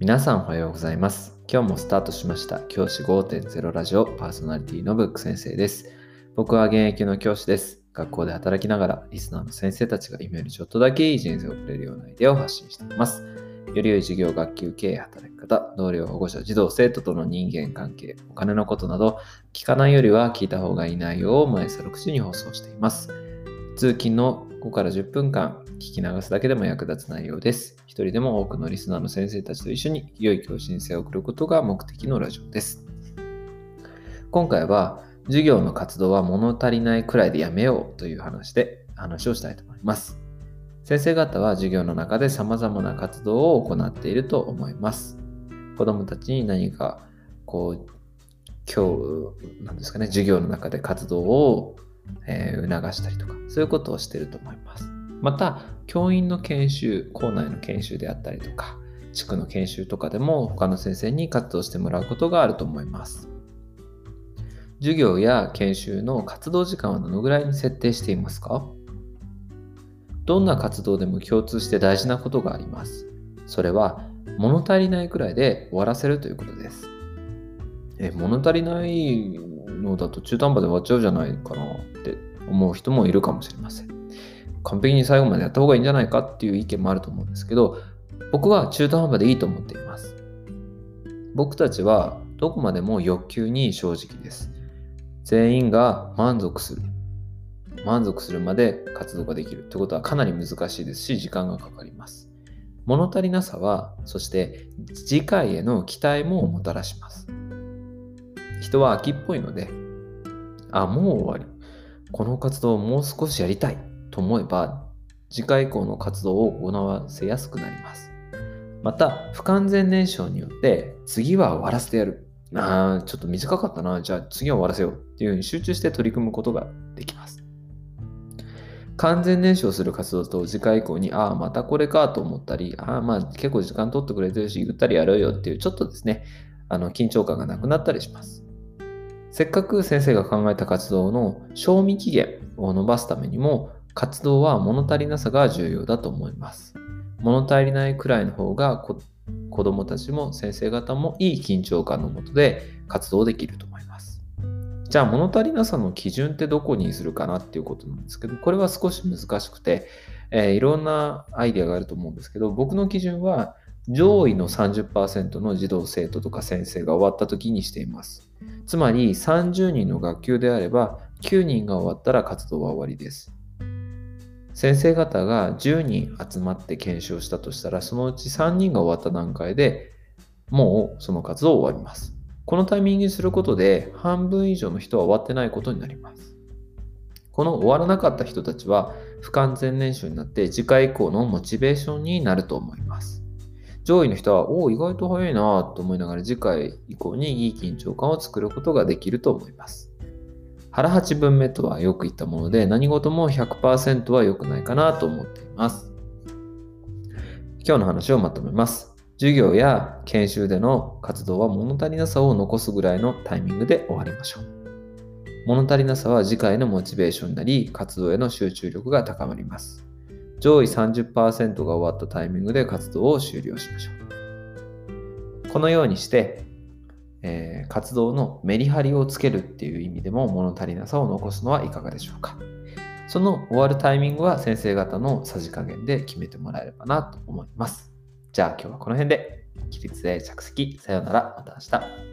皆さんおはようございます。今日もスタートしました教師 5.0 ラジオパーソナリティのブック先生です。僕は現役の教師です。学校で働きながらリスナーの先生たちが今よりちょっとだけいい人生を送れるようなアイデアを発信しています。より良い授業、学級経営、働き方、同僚、保護者、児童、生徒との人間関係、お金のことなど聞かないよりは聞いた方がいい内容を毎朝6時に放送しています。通勤の5から10分間聞き流すだけでも役立つ内容です。一人でも多くのリスナーの先生たちと一緒に良い教師人生を送ることが目的のラジオです。今回は授業の活動は物足りないくらいでやめようという話をしたいと思います。先生方は授業の中で様々な活動を行っていると思います。子どもたちに何か授業の中で活動を促したりとか、そういうことをしていると思います。また、教員の研修、校内の研修であったりとか、地区の研修とかでも他の先生に活動してもらうことがあると思います。授業や研修の活動時間はどのぐらいに設定していますか？どんな活動でも共通して大事なことがあります。それは、物足りないくらいで終わらせるということです。物足りないのだと中途半端で終わっちゃうじゃないかなって思う人もいるかもしれません。完璧に最後までやった方がいいんじゃないかっていう意見もあると思うんですけど、僕は中途半端でいいと思っています。僕たちはどこまでも欲求に正直です。全員が満足するまで活動ができるってことはかなり難しいですし、時間がかかります。物足りなさは、そして次回への期待ももたらします。人は飽きっぽいので、もう終わり。この活動をもう少しやりたいと思えば、次回以降の活動を行わせやすくなります。また、不完全燃焼によって、次は終わらせてやる。ちょっと短かったな。じゃあ次は終わらせようっていうふうに集中して取り組むことができます。完全燃焼する活動と次回以降に、またこれかと思ったり、結構時間取ってくれてるし、ゆったりやろうよっていう、ちょっとですね、緊張感がなくなったりします。せっかく先生が考えた活動の賞味期限を伸ばすためにも、活動は物足りなさが重要だと思います。物足りないくらいの方が子どもたちも先生方もいい緊張感のもとで活動できると思います。じゃあ物足りなさの基準ってどこにするかなっていうことなんですけど、これは少し難しくて、いろんなアイデアがあると思うんですけど、僕の基準は上位の 30% の児童生徒とか先生が終わった時にしています。つまり30人の学級であれば9人が終わったら活動は終わりです。先生方が10人集まって検証したとしたら、そのうち3人が終わった段階でもうその活動終わります。このタイミングにすることで半分以上の人は終わってないことになります。この終わらなかった人たちは不完全燃焼になって次回以降のモチベーションになると思います。上位の人は意外と早いなと思いながら次回以降にいい緊張感を作ることができると思います。腹八分目とはよく言ったもので、何事も 100% は良くないかなと思っています。今日の話をまとめます。授業や研修での活動は物足りなさを残すぐらいのタイミングで終わりましょう。物足りなさは次回のモチベーションになり、活動への集中力が高まります。上位 30% が終わったタイミングで活動を終了しましょう。このようにして、活動のメリハリをつけるっていう意味でも物足りなさを残すのはいかがでしょうか。その終わるタイミングは先生方のさじ加減で決めてもらえればなと思います。じゃあ今日はこの辺で。起立で着席。さようなら。また明日。